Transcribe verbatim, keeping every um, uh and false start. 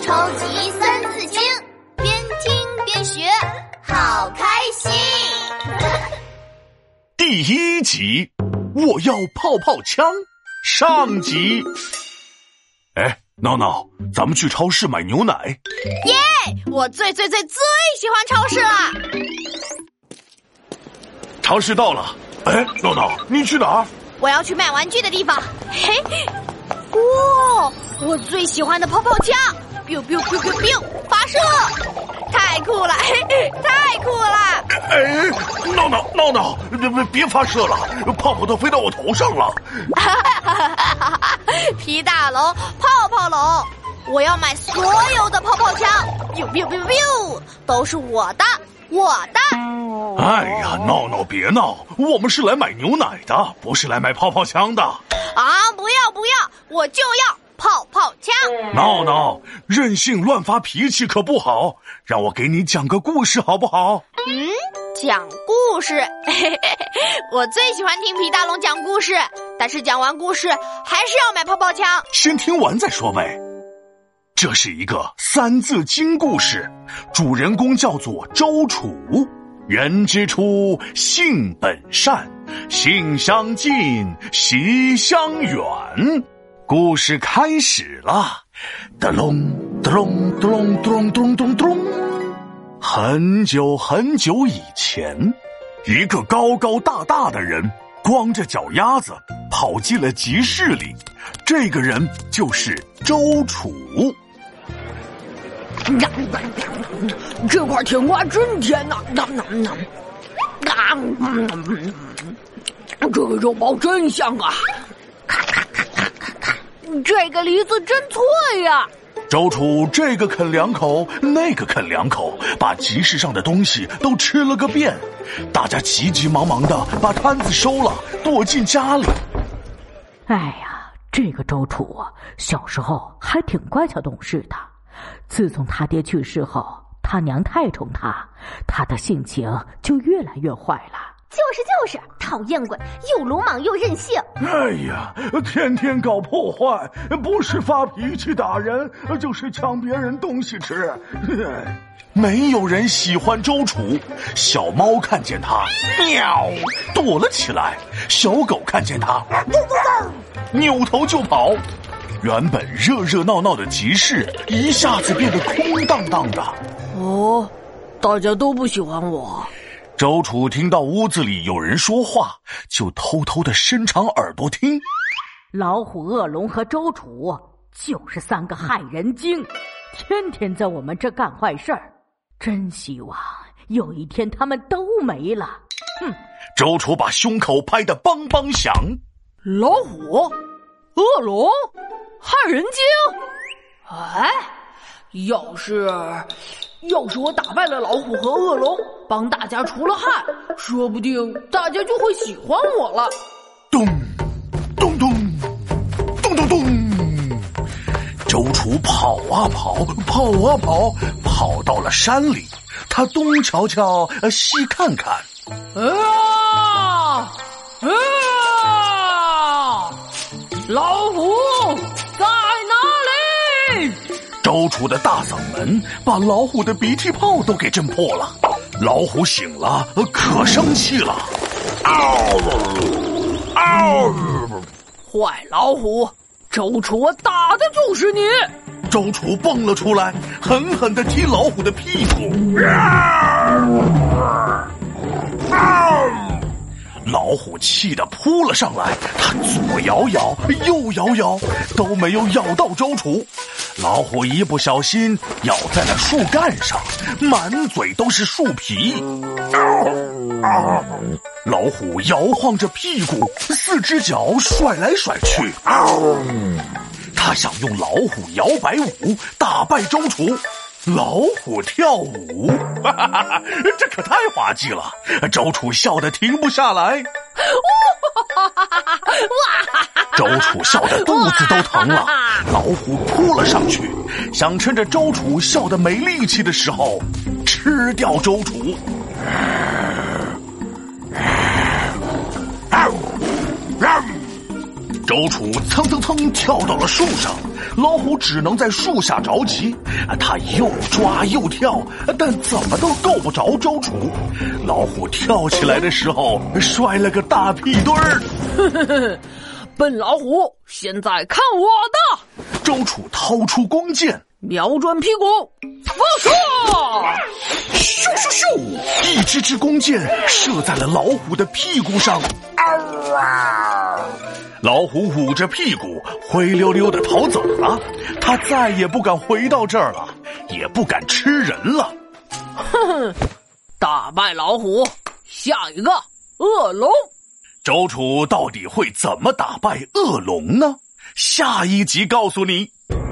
超级三字经，边听边学，好开心。 第一集，我要泡泡枪，上集。哎，闹闹，咱们去超市买牛奶。 耶！我最最最最喜欢超市了。 超市到了。哎，闹闹，你去哪儿？ 我要去卖玩具的地方。嘿，哇，我最喜欢的泡泡枪 ，biu biu biu biu biu， 发射，太酷了，嘿嘿，太酷了！ 哎，闹闹闹闹，别别别发射了，泡泡都飞到我头上了。 皮大龙，泡泡龙，我要买所有的泡泡枪 ，biu biu biu biu， 都是我的，我的。 哎呀，闹闹别闹，我们是来买牛奶的，不是来买泡泡枪的。 啊，不要不要，我就要泡泡枪。 闹闹，任性乱发脾气可不好，让我给你讲个故事好不好？ 嗯，讲故事，嘿嘿嘿，我最喜欢听皮大龙讲故事，但是讲完故事还是要买泡泡枪。 先听完再说呗。这是一个三字经故事，主人公叫做周楚。人之初，性本善，性相近，习相远。故事开始了，哒隆哒隆哒隆哒隆哒隆哒隆哒隆。很久很久以前，一个高高大大的人光着脚丫子跑进了集市里，这个人就是周楚。 这块甜瓜真甜呐、啊！啊，这个肉包真香啊！这个梨子真脆呀、啊！ 周楚这个啃两口，那个啃两口，把集市上的东西都吃了个遍。大家急急忙忙的把摊子收了，躲进家里。 哎呀，这个周楚啊，小时候还挺乖巧懂事的。自从他爹去世后，他娘太宠他，他的性情就越来越坏了。 就是就是，讨厌鬼，又鲁莽又任性。 哎呀，天天搞破坏，不是发脾气打人，就是抢别人东西吃。没有人喜欢周楚。小猫看见他，喵，躲了起来；小狗看见他，扭头就跑。原本热热闹闹的集市一下子变得空荡荡的。 哦，大家都不喜欢我。 周楚听到屋子里有人说话，就偷偷地伸长耳朵听。 老虎、恶龙和周楚就是三个害人精，天天在我们这干坏事儿。真希望有一天他们都没了。哼！ 周楚把胸口拍得梆梆响。 老虎、恶龙、害人精，哎，要是要是我打败了老虎和恶龙，帮大家除了害，说不定大家就会喜欢我了。 咚咚咚咚咚咚，周楚跑啊跑，跑啊跑，跑到了山里。他东瞧瞧，西看看。 啊啊！老虎在哪里？ 周楚的大嗓门把老虎的鼻涕泡都给震破了。老虎醒了，可生气了。嗷嗷！ 坏老虎，周楚我打的就是你！ 周楚蹦了出来，狠狠地踢老虎的屁股。老虎气得扑了上来，他左摇摇右摇摇，都没有咬到周楚。老虎一不小心咬在了树干上，满嘴都是树皮。老虎摇晃着屁股，四只脚甩来甩去。他想用老虎摇摆舞打败周楚。老虎跳舞，哈哈哈，这可太滑稽了！周楚笑得停不下来，周楚笑得肚子都疼了。老虎扑了上去，想趁着周楚笑得没力气的时候吃掉周楚。周楚蹭蹭蹭跳到了树上， 老虎只能在树下着急。他又抓又跳，但怎么都够不着周楚。老虎跳起来的时候，摔了个大屁墩儿。 呵呵呵，笨老虎，现在看我的！ 周楚掏出弓箭， 瞄准屁股，发射！ 咻咻咻！一支支弓箭射在了老虎的屁股上。老虎捂着屁股灰溜溜地逃走了，他再也不敢回到这儿了，也不敢吃人了。 哼哼，打败老虎，下一个恶龙。 周楚到底会怎么打败恶龙呢？下一集告诉你。